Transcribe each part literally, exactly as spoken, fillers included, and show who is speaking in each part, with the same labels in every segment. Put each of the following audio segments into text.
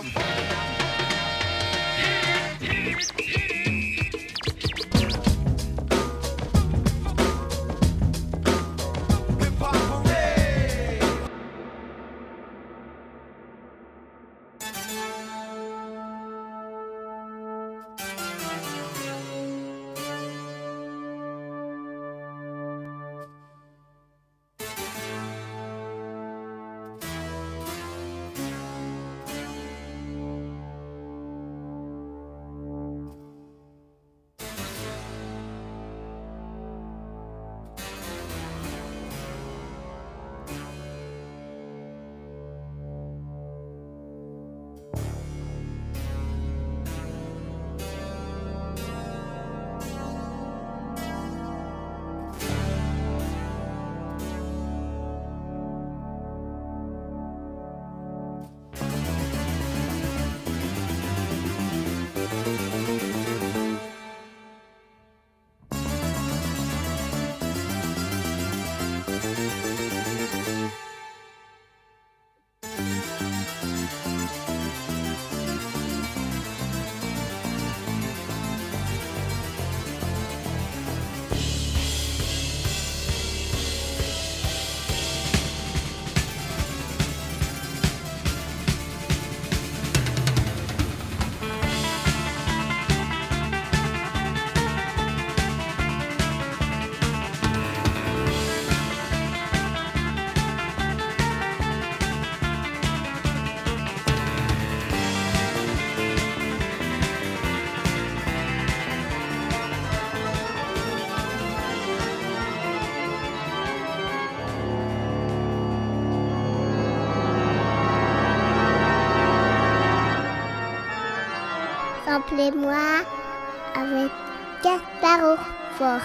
Speaker 1: Samplez-moi avec Gaspard Fort.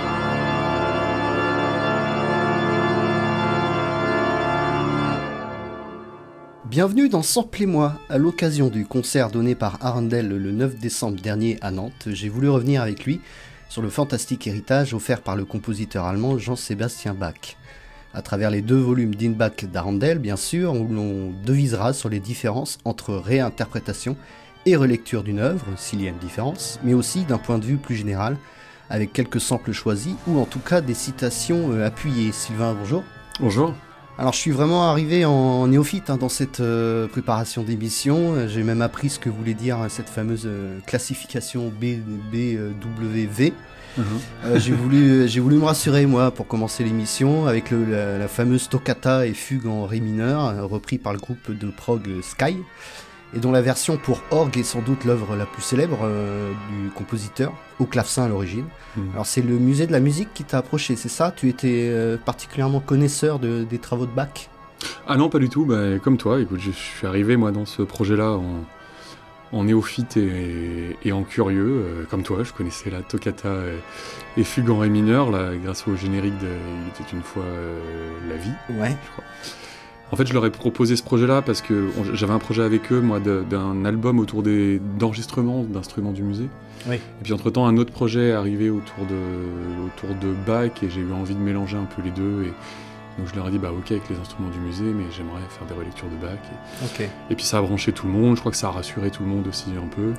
Speaker 2: Bienvenue dans Samplez-moi. À l'occasion du concert donné par Arundel le neuf décembre dernier à Nantes, j'ai voulu revenir avec lui sur le fantastique héritage offert par le compositeur allemand Jean-Sébastien Bach. À travers les deux volumes d'In-Bach d'Arundel, bien sûr, où l'on devisera sur les différences entre réinterprétation et relecture d'une œuvre, s'il y a une différence, mais aussi d'un point de vue plus général, avec quelques samples choisis, ou en tout cas des citations euh, appuyées. Sylvain, bonjour.
Speaker 3: Bonjour.
Speaker 2: Alors je suis vraiment arrivé en néophyte hein, dans cette euh, préparation d'émission. J'ai même appris ce que voulait dire cette fameuse euh, classification B W V. Mmh. Euh, j'ai, voulu, j'ai voulu me rassurer moi pour commencer l'émission avec le, la, la fameuse toccata et fugue en ré mineur euh, repris par le groupe de prog Sky et dont la version pour orgue est sans doute l'œuvre la plus célèbre euh, du compositeur, au clavecin à l'origine. Mmh. Alors c'est le musée de la musique qui t'a approché, c'est ça ? Tu étais euh, particulièrement connaisseur de, des travaux de Bach ?
Speaker 3: Ah non, pas du tout, bah, comme toi, écoute, je suis arrivé moi dans ce projet-là en, en néophyte et, et en curieux, euh, comme toi, je connaissais la toccata et, et fugue en ré mineur, là, grâce au générique de Il était une fois euh, la vie,
Speaker 2: ouais.
Speaker 3: je crois. En fait, je leur ai proposé ce projet-là parce que on, j'avais un projet avec eux, moi, de, d'un album autour des, d'enregistrements d'instruments du musée.
Speaker 2: Oui.
Speaker 3: Et puis, entre-temps, un autre projet est arrivé autour de, autour de Bach et j'ai eu envie de mélanger un peu les deux. Et donc, je leur ai dit, bah, ok, avec les instruments du musée, mais j'aimerais faire des relectures de Bach. Et,
Speaker 2: okay.
Speaker 3: et puis, ça a branché tout le monde. Je crois que ça a rassuré tout le monde aussi un peu.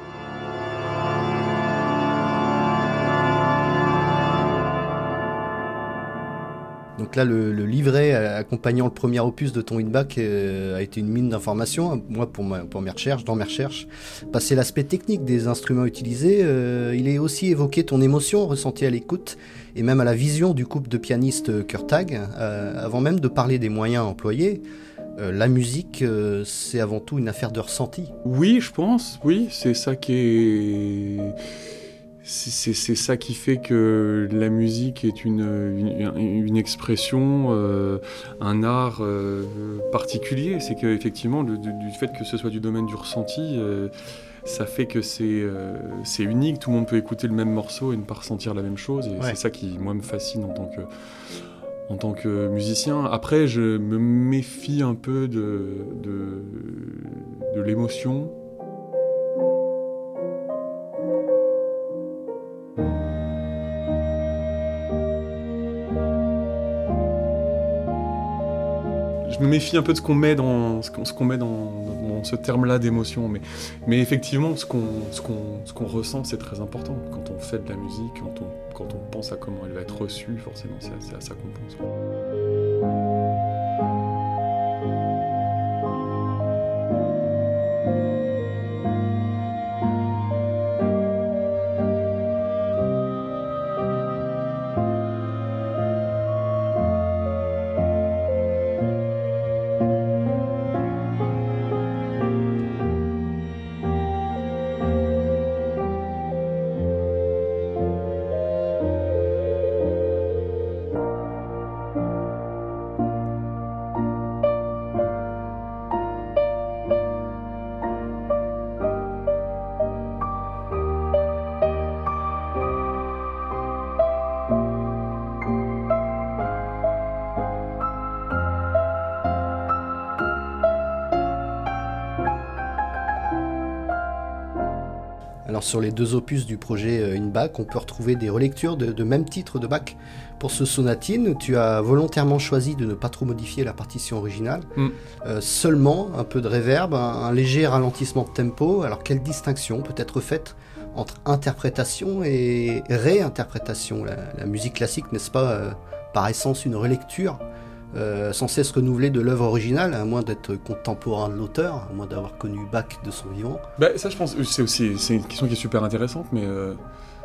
Speaker 2: Donc là, le, le livret accompagnant le premier opus de ton In-Bach euh, a été une mine d'informations. Moi, pour, ma, pour mes recherches, dans mes recherches, passé l'aspect technique des instruments utilisés, euh, il est aussi évoqué ton émotion ressentie à l'écoute et même à la vision du couple de pianistes Kurtag, euh, avant même de parler des moyens employés. Euh, la musique, euh, c'est avant tout une affaire de ressenti.
Speaker 3: Oui, je pense, oui, c'est ça qui est... C'est, c'est, c'est ça qui fait que la musique est une, une, une expression, euh, un art euh, particulier. C'est qu'effectivement, le, du, du fait que ce soit du domaine du ressenti, euh, ça fait que c'est, euh, c'est unique. Tout le monde peut écouter le même morceau et ne pas ressentir la même chose. Et ouais. C'est ça qui, moi, me fascine en tant que, en tant que musicien. Après, je me méfie un peu de, de, de l'émotion. je me méfie un peu de ce qu'on met dans ce qu'on, ce qu'on met dans, dans ce terme-là d'émotion, mais, mais effectivement, ce qu'on, ce, qu'on, ce qu'on ressent, c'est très important. Quand on fait de la musique, quand on, quand on pense à comment elle va être reçue, forcément, c'est, c'est à ça qu'on pense.
Speaker 2: Alors sur les deux opus du projet In Bach, on peut retrouver des relectures de, de même titre de Bach. Pour ce sonatine, tu as volontairement choisi de ne pas trop modifier la partition originale, mm. euh, seulement un peu de reverb, un, un léger ralentissement de tempo. Alors quelle distinction peut être faite entre interprétation et réinterprétation? La, la musique classique, n'est-ce pas, euh, par essence une relecture Euh, sans cesse renouvelé de l'œuvre originale, à moins d'être contemporain de l'auteur, à moins d'avoir connu Bach de son vivant.
Speaker 3: Bah, ça, je pense, c'est aussi c'est une question qui est super intéressante, mais euh,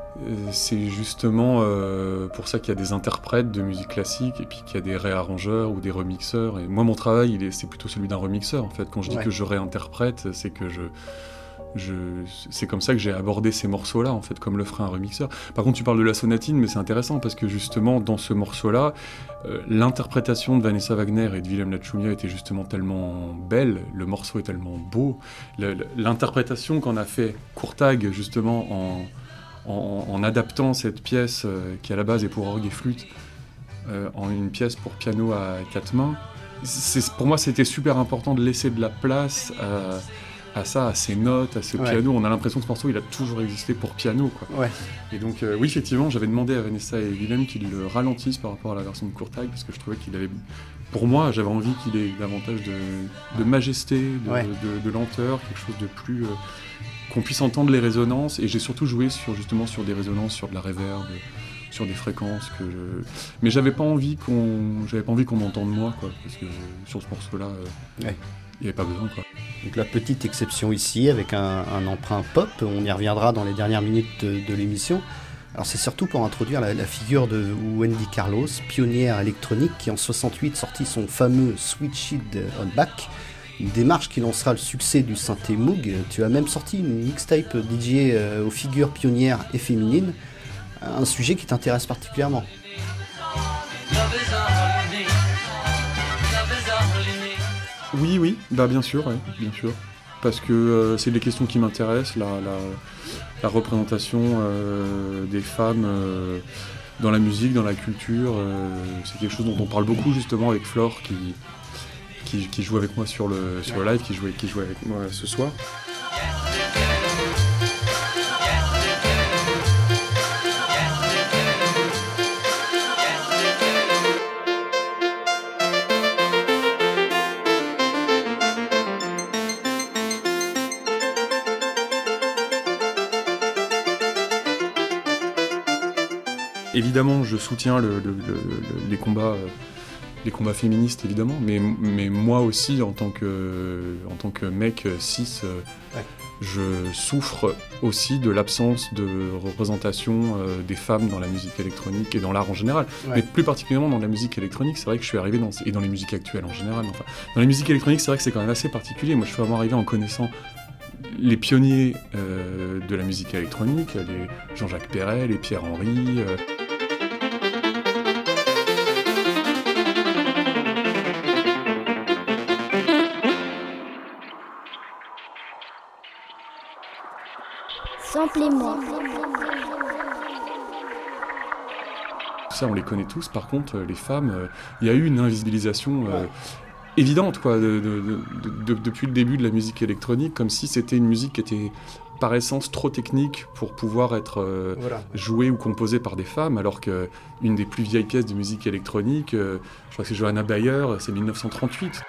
Speaker 3: c'est justement euh, pour ça qu'il y a des interprètes de musique classique et puis qu'il y a des réarrangeurs ou des remixeurs. Et moi, mon travail, il est, c'est plutôt celui d'un remixeur, en fait. Quand je dis ouais. que je réinterprète, c'est que je... Je, c'est comme ça que j'ai abordé ces morceaux-là, en fait, comme le ferait un remixeur. Par contre, tu parles de la sonatine, mais c'est intéressant parce que justement, dans ce morceau-là, euh, l'interprétation de Vanessa Wagner et de Wilhelm Lachumia était justement tellement belle, le morceau est tellement beau. Le, le, l'interprétation qu'en a fait Courtag, justement, en, en, en adaptant cette pièce euh, qui à la base est pour orgue et flûte, euh, en une pièce pour piano à quatre mains, c'est, pour moi, c'était super important de laisser de la place à à ça, à ces notes, à ce ouais. piano. On a l'impression que ce morceau, il a toujours existé pour piano, quoi.
Speaker 2: Ouais.
Speaker 3: Et donc, euh, oui, effectivement, j'avais demandé à Vanessa et Willem qu'ils le ralentissent par rapport à la version de Courtag, parce que je trouvais qu'il avait... Pour moi, j'avais envie qu'il ait davantage de, de majesté, de, ouais. de, de, de lenteur, quelque chose de plus... Euh, qu'on puisse entendre les résonances. Et j'ai surtout joué sur, justement sur des résonances, sur de la reverb, sur des fréquences que je... Mais j'avais pas envie qu'on... J'avais pas envie qu'on m'entende moi, quoi, parce que sur ce morceau-là... Euh... Ouais. Il n'y avait pas besoin, quoi.
Speaker 2: Donc la petite exception ici, avec un, un emprunt pop, on y reviendra dans les dernières minutes de, de l'émission. Alors c'est surtout pour introduire la, la figure de Wendy Carlos, pionnière électronique, qui en soixante-huit sortit son fameux Switch It on Bach, une démarche qui lancera le succès du synthé Moog. Tu as même sorti une mixtape dédiée euh, aux figures pionnières et féminines, un sujet qui t'intéresse particulièrement.
Speaker 3: Oui, oui, bah bien sûr, ouais, bien sûr. Parce que euh, c'est des questions qui m'intéressent, la, la, la représentation euh, des femmes euh, dans la musique, dans la culture. Euh, c'est quelque chose dont on parle beaucoup justement avec Flore qui, qui, qui joue avec moi sur le, sur le live, qui joue, qui joue avec moi ce soir. Évidemment, je soutiens le, le, le, le, les, combats, euh, les combats féministes, évidemment, mais, mais moi aussi, en tant que, en tant que mec cis, euh, ouais. je souffre aussi de l'absence de représentation euh, des femmes dans la musique électronique et dans l'art en général. Ouais. Mais plus particulièrement dans la musique électronique, c'est vrai que je suis arrivé dans, et dans les musiques actuelles en général. Enfin, dans la musique électronique, c'est vrai que c'est quand même assez particulier. Moi, je suis vraiment arrivé en connaissant les pionniers euh, de la musique électronique, les Jean-Jacques Perret, les Pierre Henry... Euh,
Speaker 1: Samplez-moi.
Speaker 3: Ça, on les connaît tous. Par contre, les femmes, il euh, y a eu une invisibilisation euh, évidente, quoi, de, de, de, de, depuis le début de la musique électronique, comme si c'était une musique qui était par essence trop technique pour pouvoir être euh,
Speaker 2: Voilà.
Speaker 3: joué ou composé par des femmes, alors qu'une des plus vieilles pièces de musique électronique, euh, je crois que c'est Johanna Bayer, c'est mille neuf cent trente-huit.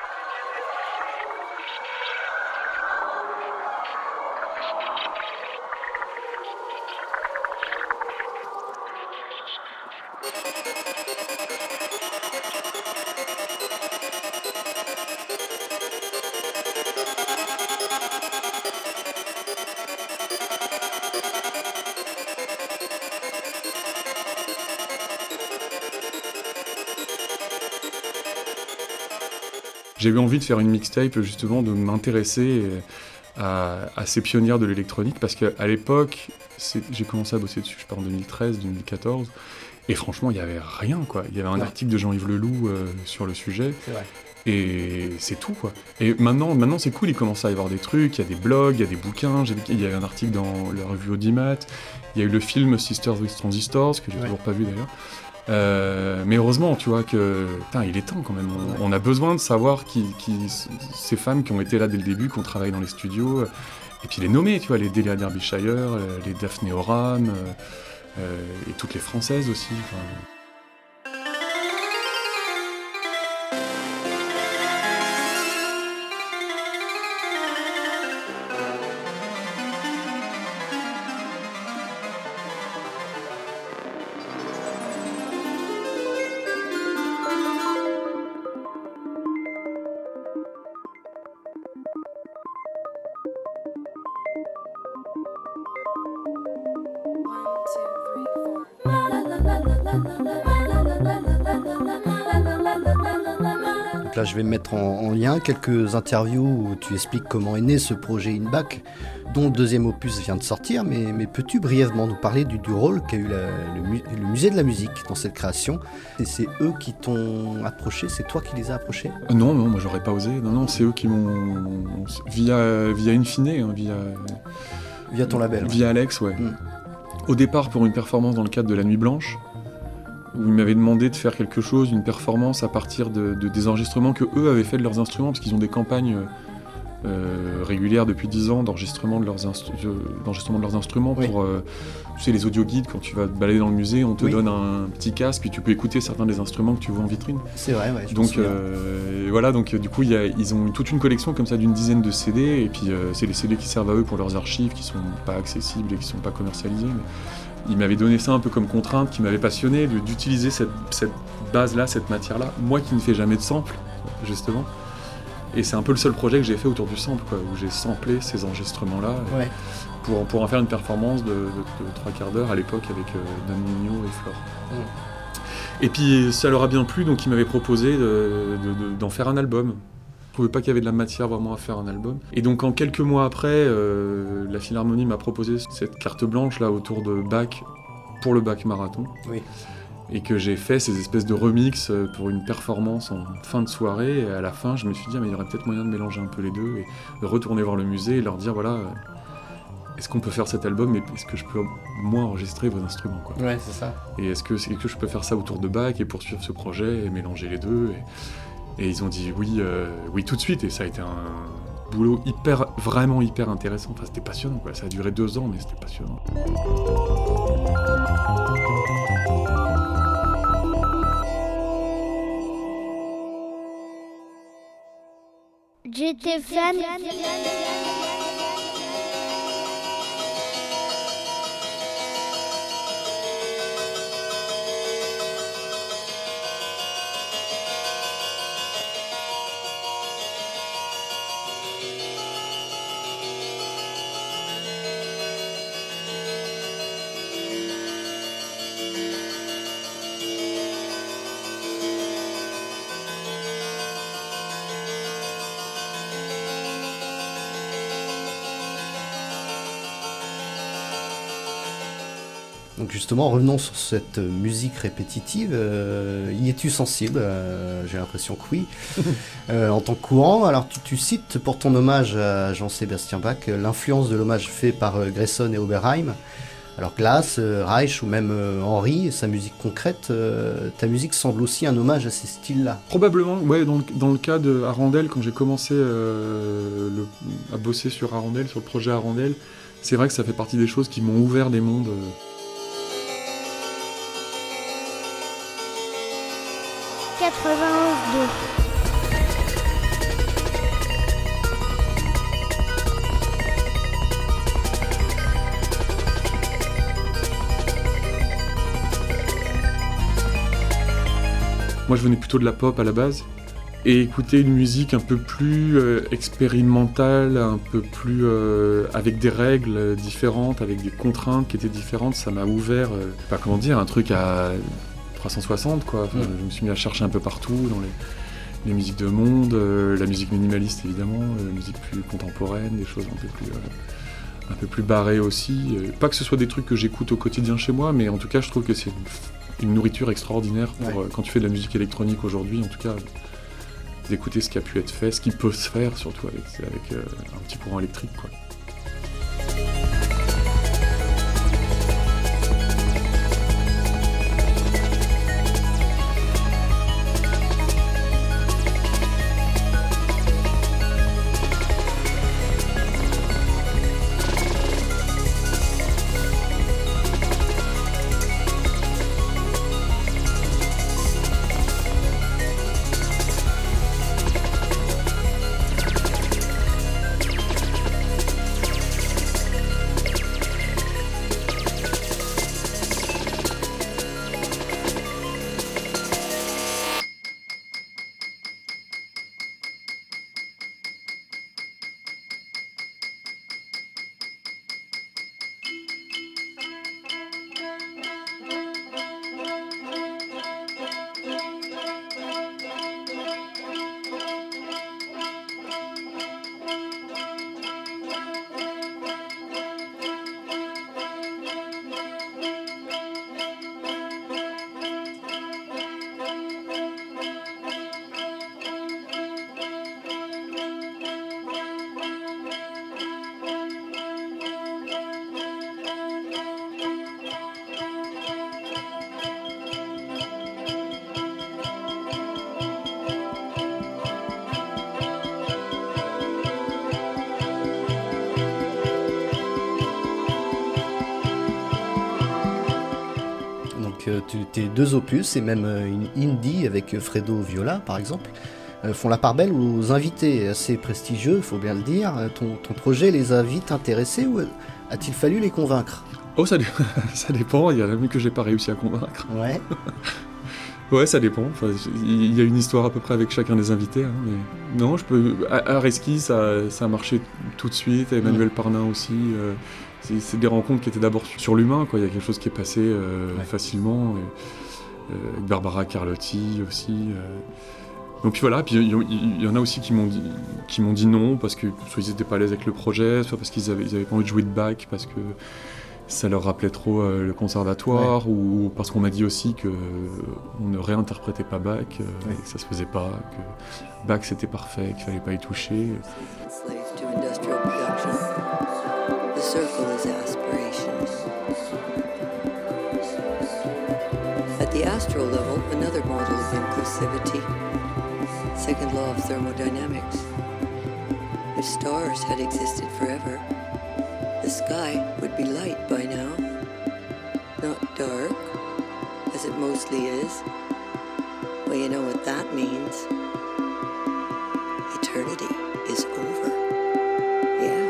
Speaker 3: J'ai eu envie de faire une mixtape, justement, de m'intéresser à, à ces pionnières de l'électronique, parce qu'à l'époque, c'est, j'ai commencé à bosser dessus, je sais pas, en deux mille treize, deux mille quatorze, et franchement, il n'y avait rien, quoi. Il y avait un ouais. article de Jean-Yves Leloup euh, sur le sujet,
Speaker 2: c'est vrai.
Speaker 3: Et c'est tout, quoi. Et maintenant, maintenant, c'est cool, il commence à y avoir des trucs, il y a des blogs, il y a des bouquins, j'ai, il y a eu un article dans la revue Audimat, il y a eu le film Sisters with Transistors, que j'ai ouais. toujours pas vu d'ailleurs. Euh, mais heureusement, tu vois, que putain, il est temps quand même. On, on a besoin de savoir qui, qui, ces femmes qui ont été là dès le début, qui ont travaillé dans les studios, et puis les nommer, tu vois, les Delia Derbyshire, les Daphné Oram, euh, et toutes les Françaises aussi. Enfin...
Speaker 2: Donc là, je vais mettre en, en lien quelques interviews où tu expliques comment est né ce projet InBack, dont le deuxième opus vient de sortir, mais, mais peux-tu brièvement nous parler du, du rôle qu'a eu la, le, mu- le musée de la musique dans cette création ? Et c'est eux qui t'ont approché, c'est toi qui les as approchés ?
Speaker 3: euh, Non, non, moi j'aurais pas osé. Non, non, c'est eux qui m'ont via via Infine, hein, via
Speaker 2: via ton label.
Speaker 3: Via ouais. Alex, ouais. Mm. Au départ, pour une performance dans le cadre de la Nuit Blanche, où ils m'avaient demandé de faire quelque chose, une performance à partir de, de, des enregistrements que eux avaient fait de leurs instruments, parce qu'ils ont des campagnes euh, régulières depuis dix ans d'enregistrement de leurs, instru- d'enregistrement de leurs instruments. Oui. Pour, euh, tu sais, les audio-guides, quand tu vas te balader dans le musée, on te oui. donne un petit casque, puis tu peux écouter certains des instruments que tu vois en vitrine.
Speaker 2: C'est vrai, ouais. Je
Speaker 3: donc euh, voilà, donc du coup, y a, ils ont toute une collection comme ça d'une dizaine de C D, et puis euh, c'est les C D qui servent à eux pour leurs archives, qui sont pas accessibles et qui sont pas commercialisés. Mais... il m'avait donné ça un peu comme contrainte, qui m'avait passionné, de, d'utiliser cette, cette base-là, cette matière-là. Moi qui ne fais jamais de sample, justement. Et c'est un peu le seul projet que j'ai fait autour du sample, quoi, où j'ai samplé ces enregistrements-là
Speaker 2: ouais.
Speaker 3: pour, pour en faire une performance de, de, de trois quarts d'heure à l'époque avec euh, Dan Mignot et Flore. Mm. Et puis ça leur a bien plu, donc ils m'avaient proposé de, de, de, d'en faire un album. Je trouvais pas qu'il y avait de la matière vraiment à faire un album. Et donc en quelques mois après, euh, la Philharmonie m'a proposé cette carte blanche là autour de Bach pour le Bach Marathon.
Speaker 2: Oui.
Speaker 3: Et que j'ai fait ces espèces de remix pour une performance en fin de soirée. Et à la fin, je me suis dit, ah, mais il y aurait peut-être moyen de mélanger un peu les deux et de retourner voir le musée et leur dire, voilà, est-ce qu'on peut faire cet album, mais est-ce que je peux moi enregistrer vos instruments, quoi.
Speaker 2: Ouais, c'est ça.
Speaker 3: Et est-ce que, est-ce que je peux faire ça autour de Bach et poursuivre ce projet et mélanger les deux et, et ils ont dit oui, euh, oui tout de suite. Et ça a été un boulot hyper, vraiment hyper intéressant. Enfin, c'était passionnant, quoi. Ça a duré deux ans, mais c'était passionnant.
Speaker 1: J'étais fan.
Speaker 2: Donc justement, revenons sur cette musique répétitive. Euh, y es-tu sensible ? euh, J'ai l'impression que oui. euh, en tant que courant, alors tu, tu cites pour ton hommage à Jean-Sébastien Bach l'influence de l'hommage fait par euh, Grayson et Oberheim. Alors Glass, euh, Reich ou même euh, Henry, sa musique concrète, euh, ta musique semble aussi un hommage à ces styles-là.
Speaker 3: Probablement, ouais, dans le, dans le cas de Arandel, quand j'ai commencé euh, le, à bosser sur Arandel, sur le projet Arandel, c'est vrai que ça fait partie des choses qui m'ont ouvert des mondes. Euh...
Speaker 1: quatre-vingt-onze deux.
Speaker 3: Moi, je venais plutôt de la pop à la base. Et écouter une musique un peu plus euh, expérimentale, un peu plus euh, avec des règles différentes, avec des contraintes qui étaient différentes, ça m'a ouvert, euh, pas comment dire, un truc à trois cent soixante quoi. Enfin, mmh. Je me suis mis à chercher un peu partout dans les, les musiques de monde, euh, la musique minimaliste évidemment, euh, la musique plus contemporaine, des choses un peu plus, euh, un peu plus barrées aussi. Euh, pas que ce soit des trucs que j'écoute au quotidien chez moi, mais en tout cas je trouve que c'est une, une nourriture extraordinaire pour, ouais. euh, quand tu fais de la musique électronique aujourd'hui, en tout cas. D'écouter ce qui a pu être fait, ce qui peut se faire, surtout avec, avec euh, un petit courant électrique, quoi.
Speaker 2: euh, tes deux opus, et même euh, une indie avec Fredo Viola par exemple, euh, font la part belle aux invités assez prestigieux, il faut bien le dire. Ton, ton projet les a vite intéressés ou a-t-il fallu les convaincre ?
Speaker 3: Oh, ça, ça dépend, il y en a même que j'ai pas réussi à convaincre.
Speaker 2: Ouais.
Speaker 3: Ouais, ça dépend. Enfin, il y a une histoire à peu près avec chacun des invités. Hein, mais... Non, je peux. Areski, ça, ça a marché tout de suite. Emmanuel mmh. Parnin aussi. Euh, c'est, c'est des rencontres qui étaient d'abord sur l'humain, quoi. Il y a quelque chose qui est passé euh, ouais. facilement. Et, euh, avec Barbara Carlotti aussi. Euh... Donc puis voilà. Puis il y, y en a aussi qui m'ont dit, qui m'ont dit non parce que soit ils n'étaient pas à l'aise avec le projet, soit parce qu'ils avaient, ils avaient pas envie de jouer de Bach parce que ça leur rappelait trop euh, le conservatoire, ouais. ou parce qu'on m'a dit aussi que euh, on ne réinterprétait pas Bach, euh, ouais. que ça se faisait pas, que Bach c'était parfait, qu'il fallait pas y toucher.
Speaker 4: At the astral level, another model of inclusivity, second law of thermodynamics. If stars had existed forever, the sky would be light by now, not dark, as it mostly is. Well, you know what that means. Eternity is over. Yeah.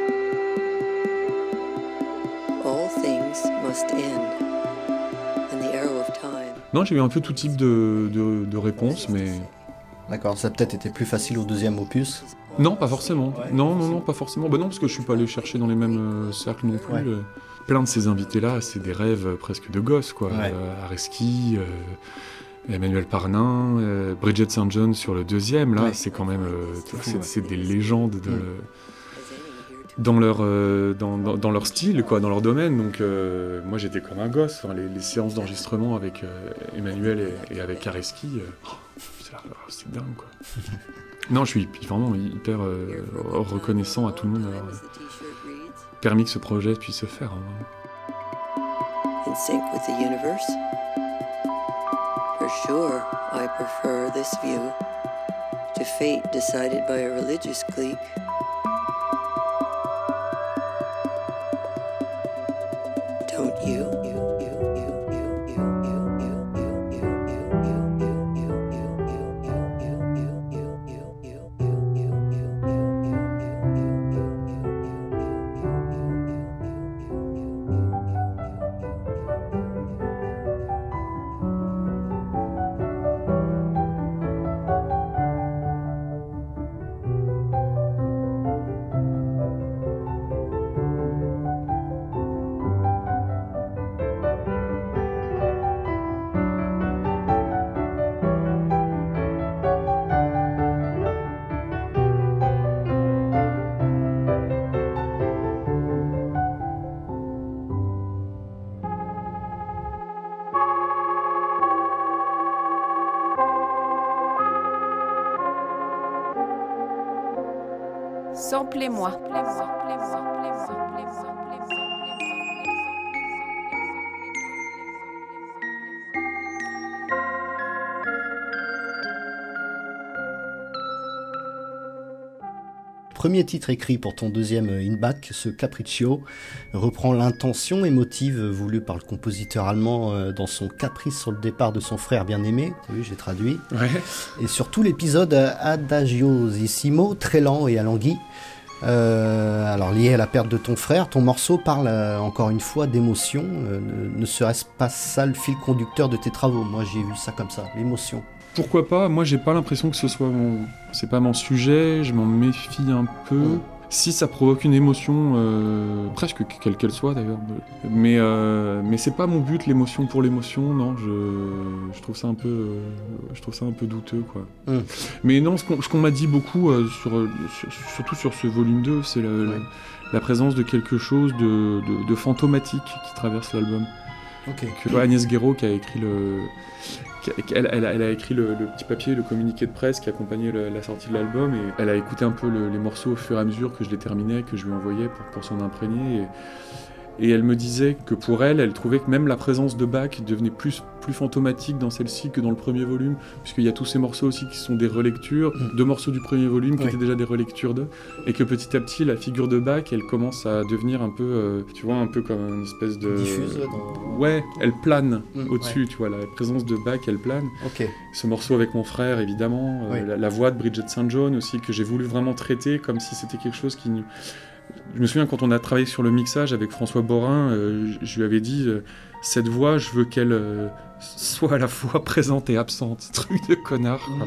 Speaker 4: All things must end, and the arrow of time...
Speaker 3: Non, j'ai eu un peu tout type de, de, de réponses, mais...
Speaker 2: D'accord, ça a peut-être été plus facile au deuxième opus.
Speaker 3: Non, pas forcément. Ouais, non, non, non, pas forcément. Bah non, parce que je suis pas allé chercher dans les mêmes euh, cercles non plus. Ouais. Euh, plein de ces invités-là, c'est des rêves euh, presque de gosses, quoi. Ouais. Euh, Areski, euh, Emmanuel Parnin, euh, Bridget Saint John sur le deuxième, là, ouais. c'est quand même... Euh, c'est, c'est, c'est des légendes de... Mm. Dans leur, euh, dans, dans, dans leur style, quoi, dans leur domaine. Donc, euh, moi, j'étais comme un gosse. Enfin, les, les séances d'enregistrement avec euh, Emmanuel et, et avec Areski, euh, oh, c'est, c'est dingue, quoi. Non, je suis vraiment hyper euh, reconnaissant à tout le monde d'avoir permis que ce projet puisse se faire. Hein.
Speaker 4: In sync with the universe? For sure, I prefer this view to fate decided by a religious clique.
Speaker 5: Samplez-moi.
Speaker 2: Premier titre écrit pour ton deuxième In-Back, ce Capriccio, reprend l'intention émotive voulue par le compositeur allemand dans son caprice sur le départ de son frère bien-aimé. T'as vu, j'ai traduit.
Speaker 3: Ouais.
Speaker 2: Et surtout l'épisode Adagiosissimo, très lent et alangui. Euh, alors lié à la perte de ton frère, ton morceau parle euh, encore une fois d'émotion. Euh, ne, ne serait-ce pas ça le fil conducteur de tes travaux? Moi j'ai vu ça comme ça, l'émotion.
Speaker 3: Pourquoi pas? Moi, j'ai pas l'impression que ce soit mon... C'est pas mon sujet, je m'en méfie un peu. Mmh. Si ça provoque une émotion, euh, presque quelle qu'elle soit d'ailleurs, mais, euh, mais c'est pas mon but, l'émotion pour l'émotion, non, je, je, trouve ça un peu, euh, je trouve ça un peu douteux, quoi. Mmh. Mais non, ce qu'on, ce qu'on m'a dit beaucoup, euh, sur, sur, surtout sur ce volume deux, c'est la, ouais. la, la présence de quelque chose de, de, de fantomatique qui traverse l'album. Okay. Que Agnès Guéraud qui a écrit le... Elle, elle, elle a écrit le, le petit papier, le communiqué de presse qui accompagnait le, la sortie de l'album, et elle a écouté un peu le, les morceaux au fur et à mesure que je les terminais, que je lui envoyais pour, pour s'en imprégner. Et, et elle me disait que pour elle, elle trouvait que même la présence de Bach devenait plus, plus fantomatique dans celle-ci que dans le premier volume, puisqu'il y a tous ces morceaux aussi qui sont des relectures, mmh. deux morceaux du premier volume qui oui. étaient déjà des relectures d'eux, et que petit à petit, la figure de Bach, elle commence à devenir un peu, euh, tu vois, un peu comme une espèce de...
Speaker 2: diffuse dans...
Speaker 3: Ouais, elle plane mmh, au-dessus,
Speaker 2: ouais.
Speaker 3: tu vois, la présence de Bach, elle plane.
Speaker 2: Okay.
Speaker 3: Ce morceau avec mon frère, évidemment, oui. euh, la, la voix de Bridget Saint John aussi, que j'ai voulu vraiment traiter comme si c'était quelque chose qui... Je me souviens quand on a travaillé sur le mixage avec François Borin, euh, je lui avais dit euh, cette voix, je veux qu'elle euh, soit à la fois présente et absente. Truc de connard. Mmh.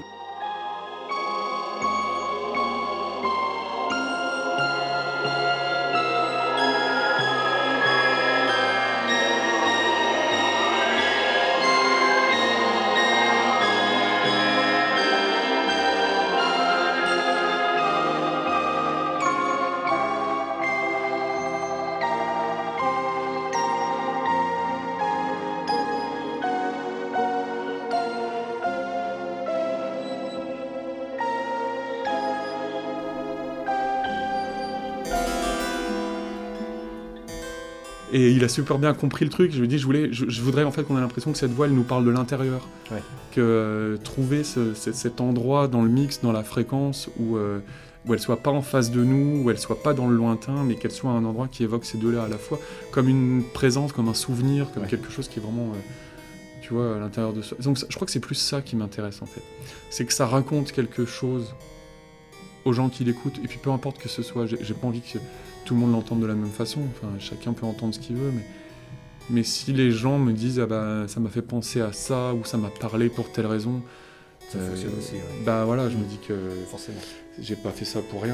Speaker 3: Et il a super bien compris le truc. Je lui ai dit, je, voulais, je, je voudrais en fait qu'on ait l'impression que cette voix, elle nous parle de l'intérieur. Ouais. Que euh, trouver ce, ce, cet endroit dans le mix, dans la fréquence, où, euh, où elle soit pas en face de nous, où elle soit pas dans le lointain, mais qu'elle soit un endroit qui évoque ces deux-là à la fois, comme une présence, comme un souvenir, comme ouais. quelque chose qui est vraiment, euh, tu vois, à l'intérieur de soi. Donc je crois que c'est plus ça qui m'intéresse en fait. C'est que ça raconte quelque chose aux gens qui l'écoutent, et puis peu importe que ce soit, j'ai, j'ai pas envie que tout le monde l'entende de la même façon, enfin chacun peut entendre ce qu'il veut, mais, mais si les gens me disent ah bah ça m'a fait penser à ça, ou ça m'a parlé pour telle raison,
Speaker 2: ça euh, fonctionne aussi, ouais.
Speaker 3: Bah voilà, je mmh. me dis que
Speaker 2: forcément
Speaker 3: j'ai pas fait ça pour rien.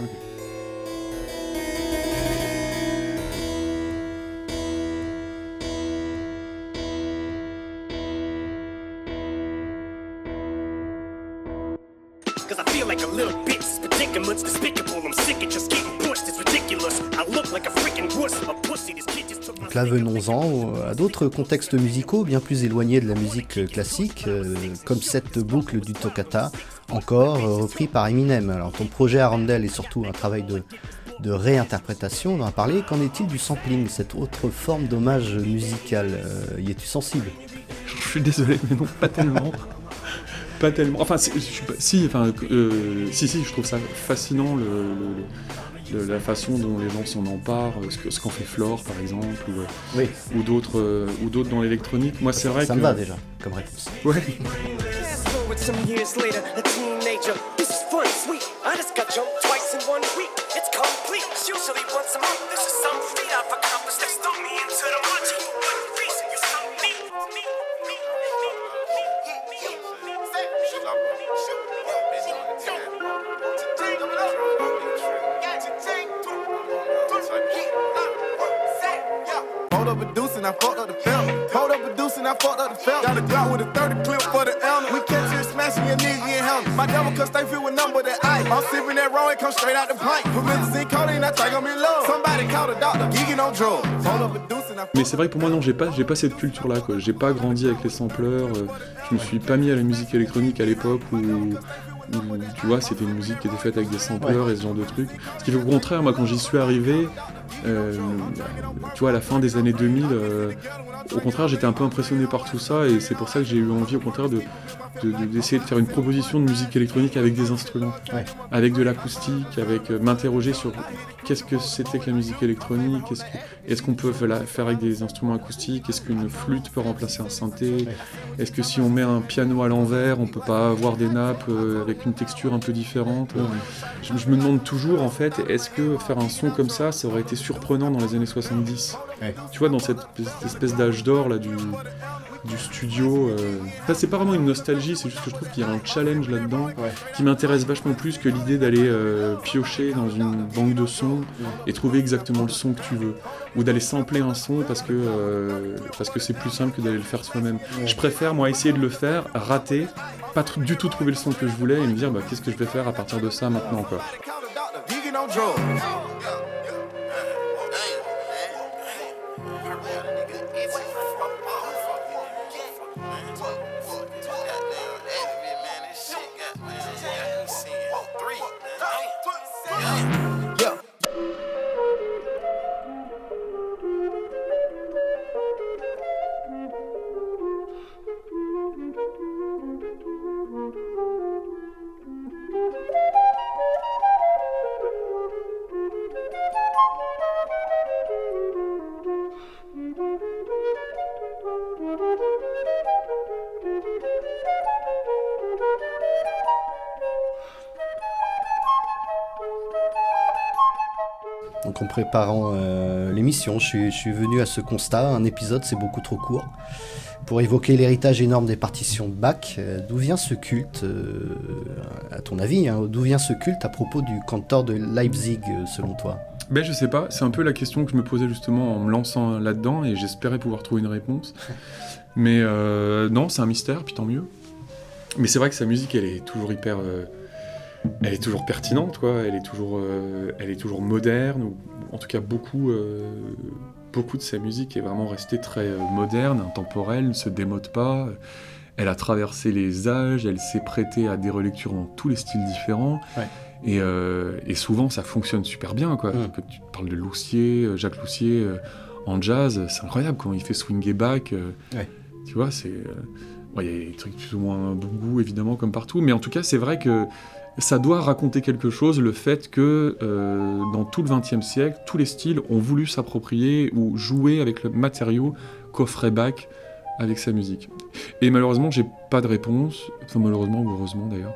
Speaker 2: Donc là, venons-en à d'autres contextes musicaux bien plus éloignés de la musique classique, euh, comme cette boucle du toccata, encore euh, repris par Eminem. Alors ton projet Arundel est surtout un travail de, de réinterprétation, on en a parlé. Qu'en est-il du sampling, cette autre forme d'hommage musical? euh, Y es-tu sensible?
Speaker 3: Je suis désolé, mais non, pas tellement. Pas tellement. Enfin, si, je suis pas, si, enfin, euh, si, si, je trouve ça fascinant le, le, de la façon dont les gens s'en emparent, ce, que, ce qu'en fait Flore par exemple, ou,
Speaker 2: Oui.
Speaker 3: ou, d'autres, euh, ou d'autres dans l'électronique. Moi c'est vrai
Speaker 2: Ça
Speaker 3: que...
Speaker 2: me va déjà, comme réponse.
Speaker 3: Ouais.
Speaker 5: Some years later, a teenager. This is fun, sweet. I just got jumped twice in one week. It's complete. Usually once a month. This is some feat I've accomplished that stuck me into the mud. One reason you saw me, me, me, me, me, me,
Speaker 6: Hold up producing, I fucked up the film. Hold up producing, I fucked up the film. Got a Glock with a thirty clip for the elm. We catch you smashing your nigga in helmet. My double cup stay filled with number that ice. I'm sipping that raw, it come straight out the pipe. Promethazine codeine, I think I'm in love. Somebody call the doctor, geeking on drugs. Hold up producing, I
Speaker 3: Mais c'est vrai que pour moi non, j'ai pas, j'ai pas cette culture-là, quoi. J'ai pas grandi avec les sampleurs. Euh, je me suis pas mis à la musique électronique à l'époque où, où tu vois, c'était une musique qui était faite avec des sampleurs, ouais, et ce genre de trucs. Ce qui fait qu'au contraire, moi quand j'y suis arrivé, euh, tu vois, à la fin des années deux mille, euh, au contraire, j'étais un peu impressionné par tout ça, et c'est pour ça que j'ai eu envie, au contraire, de, de, de, d'essayer de faire une proposition de musique électronique avec des instruments, ouais, avec de l'acoustique, avec euh, m'interroger sur qu'est-ce que c'était que la musique électronique, est-ce, que, est-ce qu'on peut la faire avec des instruments acoustiques, est-ce qu'une flûte peut remplacer un synthé, ouais, est-ce que si on met un piano à l'envers, on peut pas avoir des nappes euh, avec une texture un peu différente. Ouais. Je, je me demande toujours, en fait, est-ce que faire un son comme ça, ça aurait été surprenant dans les années soixante-dix, ouais, tu vois, dans cette, cette espèce d'âge d'or là, du, du studio. Euh... Enfin, c'est pas vraiment une nostalgie, c'est juste que je trouve qu'il y a un challenge là-dedans, ouais, qui m'intéresse vachement plus que l'idée d'aller euh, piocher dans une banque de sons, ouais, et trouver exactement le son que tu veux, ou d'aller sampler un son parce que, euh, parce que c'est plus simple que d'aller le faire soi-même. Ouais. Je préfère, moi, essayer de le faire, rater, pas tr- du tout trouver le son que je voulais et me dire bah, qu'est-ce que je vais faire à partir de ça maintenant, quoi.
Speaker 2: Donc en préparant euh, l'émission, je suis, je suis venu à ce constat, un épisode c'est beaucoup trop court, pour évoquer l'héritage énorme des partitions de Bach. Euh, d'où vient ce culte, euh, à ton avis, hein, d'où vient ce culte à propos du cantor de Leipzig, euh, selon toi ?
Speaker 3: Ben je sais pas, c'est un peu la question que je me posais justement en me lançant là-dedans, et j'espérais pouvoir trouver une réponse. Mais euh, non, c'est un mystère, puis tant mieux. Mais c'est vrai que sa musique, elle est toujours hyper... Euh, elle est toujours pertinente, quoi. Elle est toujours, euh, elle est toujours moderne, ou en tout cas beaucoup, euh, beaucoup de sa musique est vraiment restée très euh, moderne, intemporelle, ne se démode pas. Elle a traversé les âges, elle s'est prêtée à des relectures dans tous les styles différents. Ouais. Et, euh, et souvent, ça fonctionne super bien, quoi. Mmh. Tu parles de Loussier, Jacques Loussier, euh, en jazz, c'est incroyable comment il fait swinger back. Euh, ouais. Tu vois, c'est... Euh, bon, y a des trucs plus ou moins bon goût, évidemment, comme partout, mais en tout cas, c'est vrai que ça doit raconter quelque chose, le fait que euh, dans tout le vingtième siècle, tous les styles ont voulu s'approprier ou jouer avec le matériau qu'offrait Bach avec sa musique. Et malheureusement, j'ai pas de réponse, enfin malheureusement ou heureusement d'ailleurs.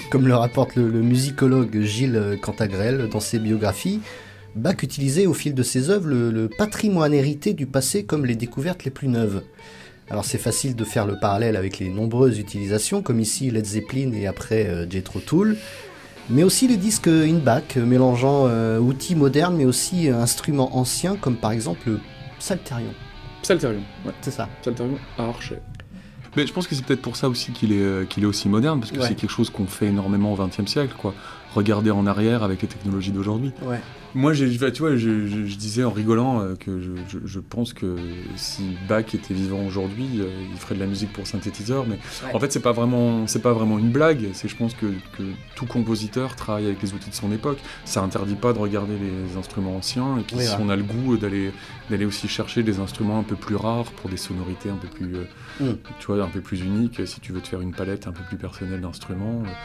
Speaker 2: Comme le rapporte le, le musicologue Gilles Cantagrel dans ses biographies, Bach utilisait au fil de ses œuvres le, le patrimoine hérité du passé comme les découvertes les plus neuves. Alors c'est facile de faire le parallèle avec les nombreuses utilisations, comme ici Led Zeppelin et après euh, Jethro Tull, mais aussi les disques in Bach, euh, mélangeant euh, outils modernes mais aussi euh, instruments anciens, comme par exemple le psalterion.
Speaker 3: Psalterion, ouais.
Speaker 2: C'est ça.
Speaker 3: Psalterion à Archet. Mais je pense que c'est peut-être pour ça aussi qu'il est, euh, qu'il est aussi moderne, parce que
Speaker 2: Ouais.
Speaker 3: c'est quelque chose qu'on fait énormément au vingtième siècle, quoi. Regarder en arrière avec les technologies d'aujourd'hui.
Speaker 2: Ouais.
Speaker 3: Moi, j'ai, tu vois, je, je, je disais en rigolant euh, que je, je, je pense que si Bach était vivant aujourd'hui, euh, il ferait de la musique pour synthétiseur. Mais
Speaker 2: Ouais.
Speaker 3: en fait, c'est pas vraiment, c'est pas vraiment une blague. C'est, je pense que, que tout compositeur travaille avec les outils de son époque. Ça interdit pas de regarder les instruments anciens. Et puis,
Speaker 2: Oui,
Speaker 3: si
Speaker 2: ouais.
Speaker 3: on a le goût d'aller, d'aller aussi chercher des instruments un peu plus rares pour des sonorités un peu plus, euh,
Speaker 2: Mm.
Speaker 3: tu vois, un peu plus uniques. Si tu veux te faire une palette un peu plus personnelle d'instruments. euh,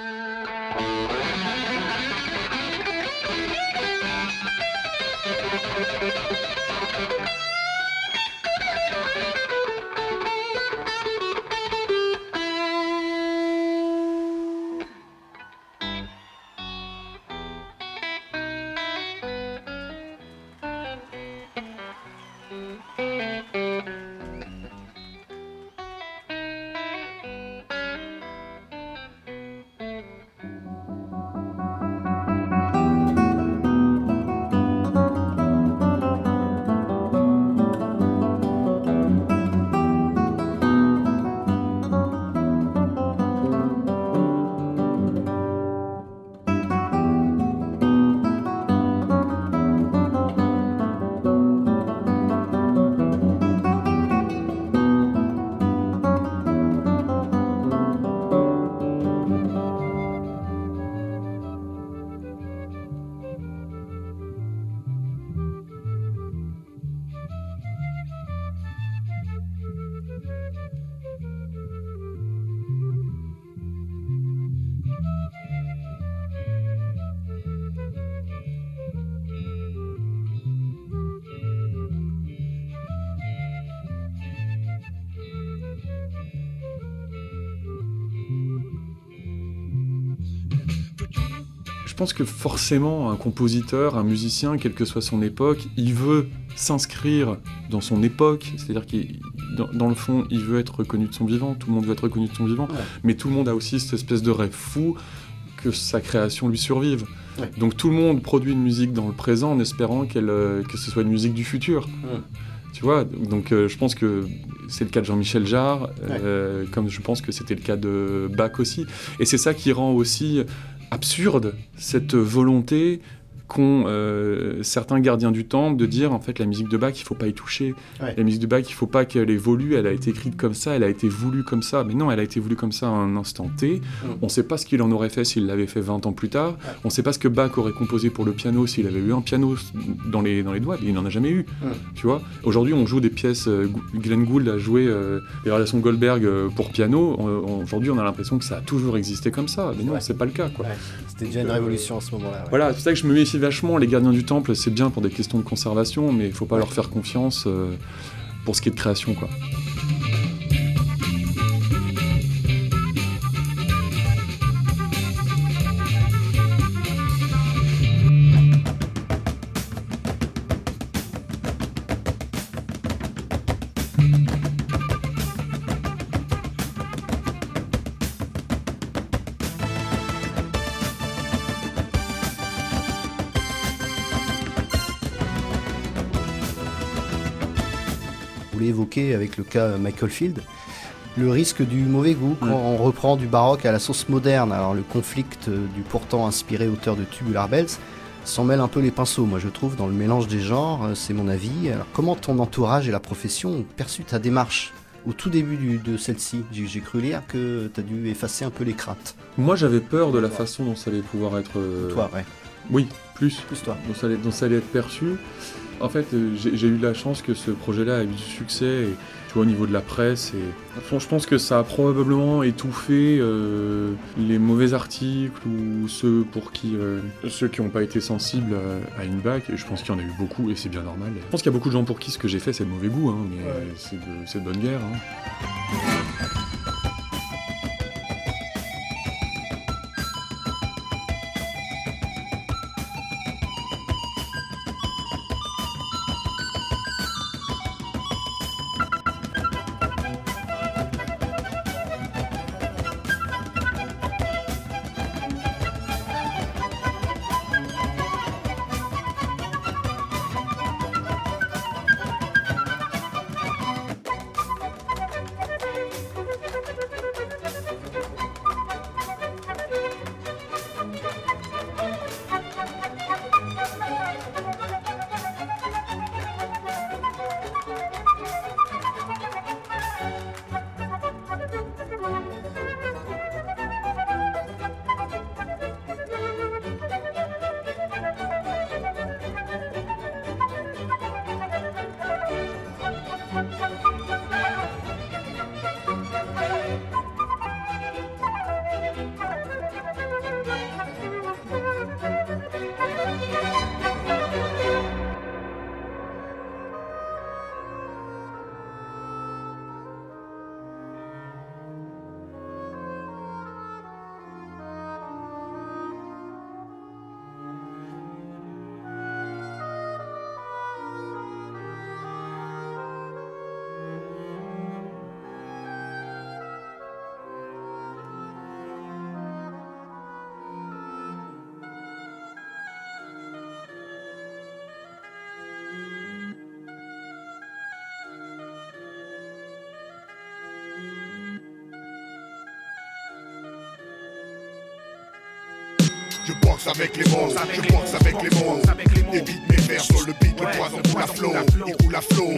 Speaker 3: Je pense que forcément, un compositeur, un musicien, quelle que soit son époque, il veut s'inscrire dans son époque, c'est-à-dire qu'il, dans, dans le fond, il veut être reconnu de son vivant, tout le monde veut être reconnu de son vivant,
Speaker 2: Ouais.
Speaker 3: mais tout le monde a aussi cette espèce de rêve fou que sa création lui survive.
Speaker 2: Ouais.
Speaker 3: Donc tout le monde produit une musique dans le présent en espérant qu'elle, euh, que ce soit une musique du futur.
Speaker 2: Mm.
Speaker 3: Tu vois, donc euh, je pense que c'est le cas de Jean-Michel Jarre, euh, comme je pense que c'était le cas de Bach aussi. Et c'est ça qui rend aussi absurde cette volonté qu'ont euh, certains gardiens du temple de dire en fait la musique de Bach il faut pas y toucher,
Speaker 2: Ouais.
Speaker 3: la musique de Bach il faut pas qu'elle évolue, elle a été écrite comme ça, elle a été voulue comme ça, mais non elle a été voulue comme ça à un instant T,
Speaker 2: Mm.
Speaker 3: on sait pas ce qu'il en aurait fait s'il l'avait fait vingt ans plus tard,
Speaker 2: Ouais.
Speaker 3: on sait pas ce que Bach aurait composé pour le piano s'il avait eu un piano dans les, dans les doigts, mais il n'en a jamais eu,
Speaker 2: Mm.
Speaker 3: tu vois. Aujourd'hui on joue des pièces, euh, Glenn Gould a joué euh, les relations Goldberg euh, pour piano, on- on- aujourd'hui on a l'impression que ça a toujours existé comme ça, mais non
Speaker 2: Ouais.
Speaker 3: c'est pas le cas quoi.
Speaker 2: Ouais. C'était déjà une révolution à ce moment-là. ouais.
Speaker 3: Voilà, c'est ça que je me méfie vachement. Les gardiens du temple, c'est bien pour des questions de conservation, mais il faut pas leur faire confiance euh, pour ce qui est de création, quoi.
Speaker 2: Vous l'avez évoqué avec le cas Michael Field, le risque du mauvais goût quand on reprend du baroque à la sauce moderne. Alors le conflit du pourtant inspiré auteur de Tubular Bells s'en mêle un peu les pinceaux, moi je trouve, dans le mélange des genres, euh, c'est mon avis. Alors comment ton entourage et la profession ont perçu ta démarche au tout début du- de celle-ci? J'ai j'ai cru lire que tu as dû effacer un peu les craintes.
Speaker 3: Moi, j'avais peur de la façon dont ça allait pouvoir être... euh,
Speaker 2: Toi, ouais,
Speaker 3: Oui, plus.
Speaker 2: plus toi.
Speaker 3: Dont ça allait, dont ça allait être perçu. En fait, euh, j'ai j'ai eu la chance que ce projet-là a eu du succès, et, tu vois, au niveau de la presse. Et... Enfin, je pense que ça a probablement étouffé euh, les mauvais articles ou ceux pour qui, euh, ceux qui n'ont pas été sensibles à, à une Bach. Et je pense qu'il y en a eu beaucoup, et c'est bien normal. Je pense qu'il y a beaucoup de gens pour qui ce que j'ai fait, c'est de mauvais goût, hein, mais
Speaker 2: Ouais.
Speaker 3: c'est de, c'est de bonne guerre. Hein.
Speaker 7: Je boxe avec les mots, je boxe avec les mots. Évite mes vers sur le beat, le poison pour la flow, il roule à flot.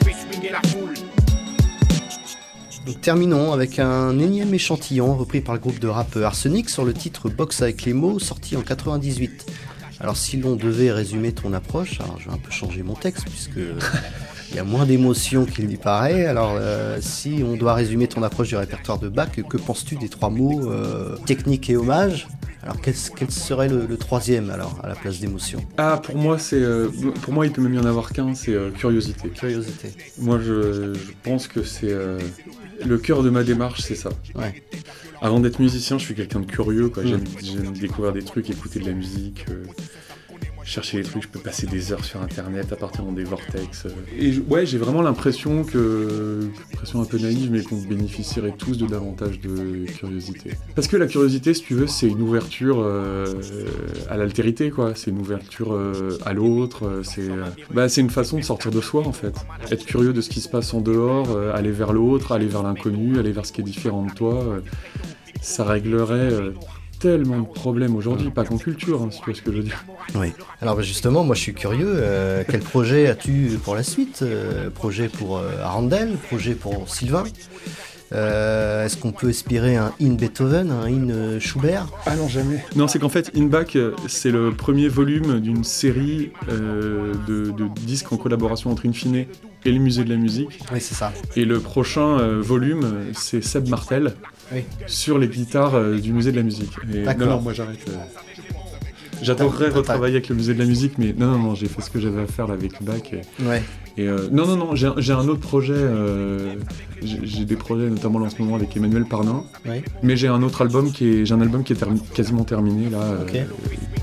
Speaker 2: Donc terminons avec un énième échantillon repris par le groupe de rap Arsenic sur le titre Boxe avec les mots, sorti en quatre-vingt-dix-huit. Alors si l'on devait résumer ton approche, alors je vais un peu changer mon texte puisque il y a moins d'émotion qu'il n'y paraît. Alors euh, si on doit résumer ton approche du répertoire de Bach, que penses-tu des trois mots euh, technique et hommage? Alors quel, quel serait le, le troisième alors à la place d'émotion?
Speaker 3: Ah, pour moi c'est, euh, pour moi il peut même y en avoir qu'un, c'est euh, curiosité.
Speaker 2: Curiosité.
Speaker 3: Moi je, je pense que c'est euh, le cœur de ma démarche, c'est ça.
Speaker 2: Ouais.
Speaker 3: Avant d'être musicien, je suis quelqu'un de curieux, quoi.
Speaker 2: Mmh.
Speaker 3: J'aime, j'aime découvrir des trucs, écouter de la musique, euh, chercher des trucs. Je peux passer des heures sur internet à partir dans des vortex. Euh. Et je, ouais, j'ai vraiment l'impression que, l'impression un peu naïve, mais qu'on bénéficierait tous de davantage de curiosité. Parce que la curiosité, si tu veux, c'est une ouverture euh, à l'altérité, quoi. C'est une ouverture euh, à l'autre. Euh, c'est, euh, bah, c'est une façon de sortir de soi, en fait. Être curieux de ce qui se passe en dehors, euh, aller vers l'autre, aller vers l'inconnu, aller vers ce qui est différent de toi. Euh, ça réglerait euh, tellement de problèmes aujourd'hui, pas qu'en culture, hein, si tu vois ce que je veux dire.
Speaker 2: Oui. Alors bah, justement, moi je suis curieux. Euh, quel projet as-tu pour la suite? euh, Projet pour euh, Arandel, projet pour Sylvain? Euh, est-ce qu'on peut espérer un In Beethoven, un In euh, Schubert?
Speaker 3: Ah non, jamais. Non, c'est qu'en fait, In Bach, c'est le premier volume d'une série euh, de, de disques en collaboration entre Infine et le Musée de la Musique.
Speaker 2: Oui, c'est ça.
Speaker 3: Et le prochain euh, volume, c'est Seb Martel,
Speaker 2: Oui.
Speaker 3: sur les guitares euh, du Musée de la Musique. Et
Speaker 2: D'accord.
Speaker 3: non, non, moi j'arrête. Euh... J'adorerais retravailler avec le Musée de la Musique, mais non, non, non, j'ai fait ce que j'avais à faire là, avec Bach. Et...
Speaker 2: Ouais.
Speaker 3: Et euh, non, non, non, j'ai, j'ai un autre projet, euh, j'ai, j'ai des projets notamment là, en ce moment avec Emmanuel Parnin,
Speaker 2: Oui.
Speaker 3: mais j'ai un autre album qui est, j'ai un album qui est termi- quasiment terminé là.
Speaker 2: Ok.
Speaker 3: Euh,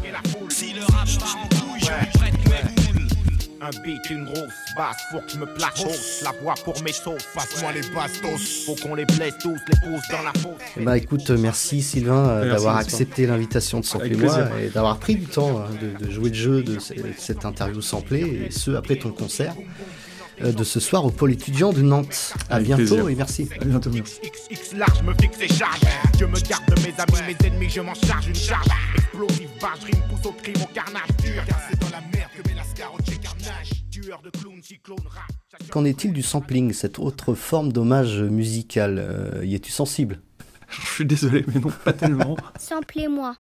Speaker 6: Un beat, une grosse basse, faut que je me place hausse. La voix pour mes sauces, passe-moi les bastos. Faut qu'on les blesse tous, les pose dans la fosse.
Speaker 2: Eh ben, écoute, merci Sylvain euh,
Speaker 3: Merci,
Speaker 2: d'avoir
Speaker 3: Gaspard.
Speaker 2: accepté l'invitation de Sampler
Speaker 3: Avec
Speaker 2: moi
Speaker 3: plaisir.
Speaker 2: et d'avoir pris du temps hein, de, de jouer le jeu de ce- cette interview samplée, et ce après ton concert euh, de ce soir au pôle étudiant de Nantes. À
Speaker 3: Avec
Speaker 2: bientôt
Speaker 3: plaisir.
Speaker 2: et merci.
Speaker 3: à bientôt, merci.
Speaker 6: X X large, me fixe et charge. Je me garde de mes amis, mes ennemis, je m'en charge une charge. Explosive, barge, rime, pousse au crime, au carnage dur. Car c'est dans la merde que met la scaroche et carnage. Tueur de clowns, cyclone, rap.
Speaker 2: Qu'en est-il du sampling, cette autre forme d'hommage musical? euh, Y es-tu sensible?
Speaker 3: Je suis désolé, mais non, pas tellement.
Speaker 1: Samplez-moi.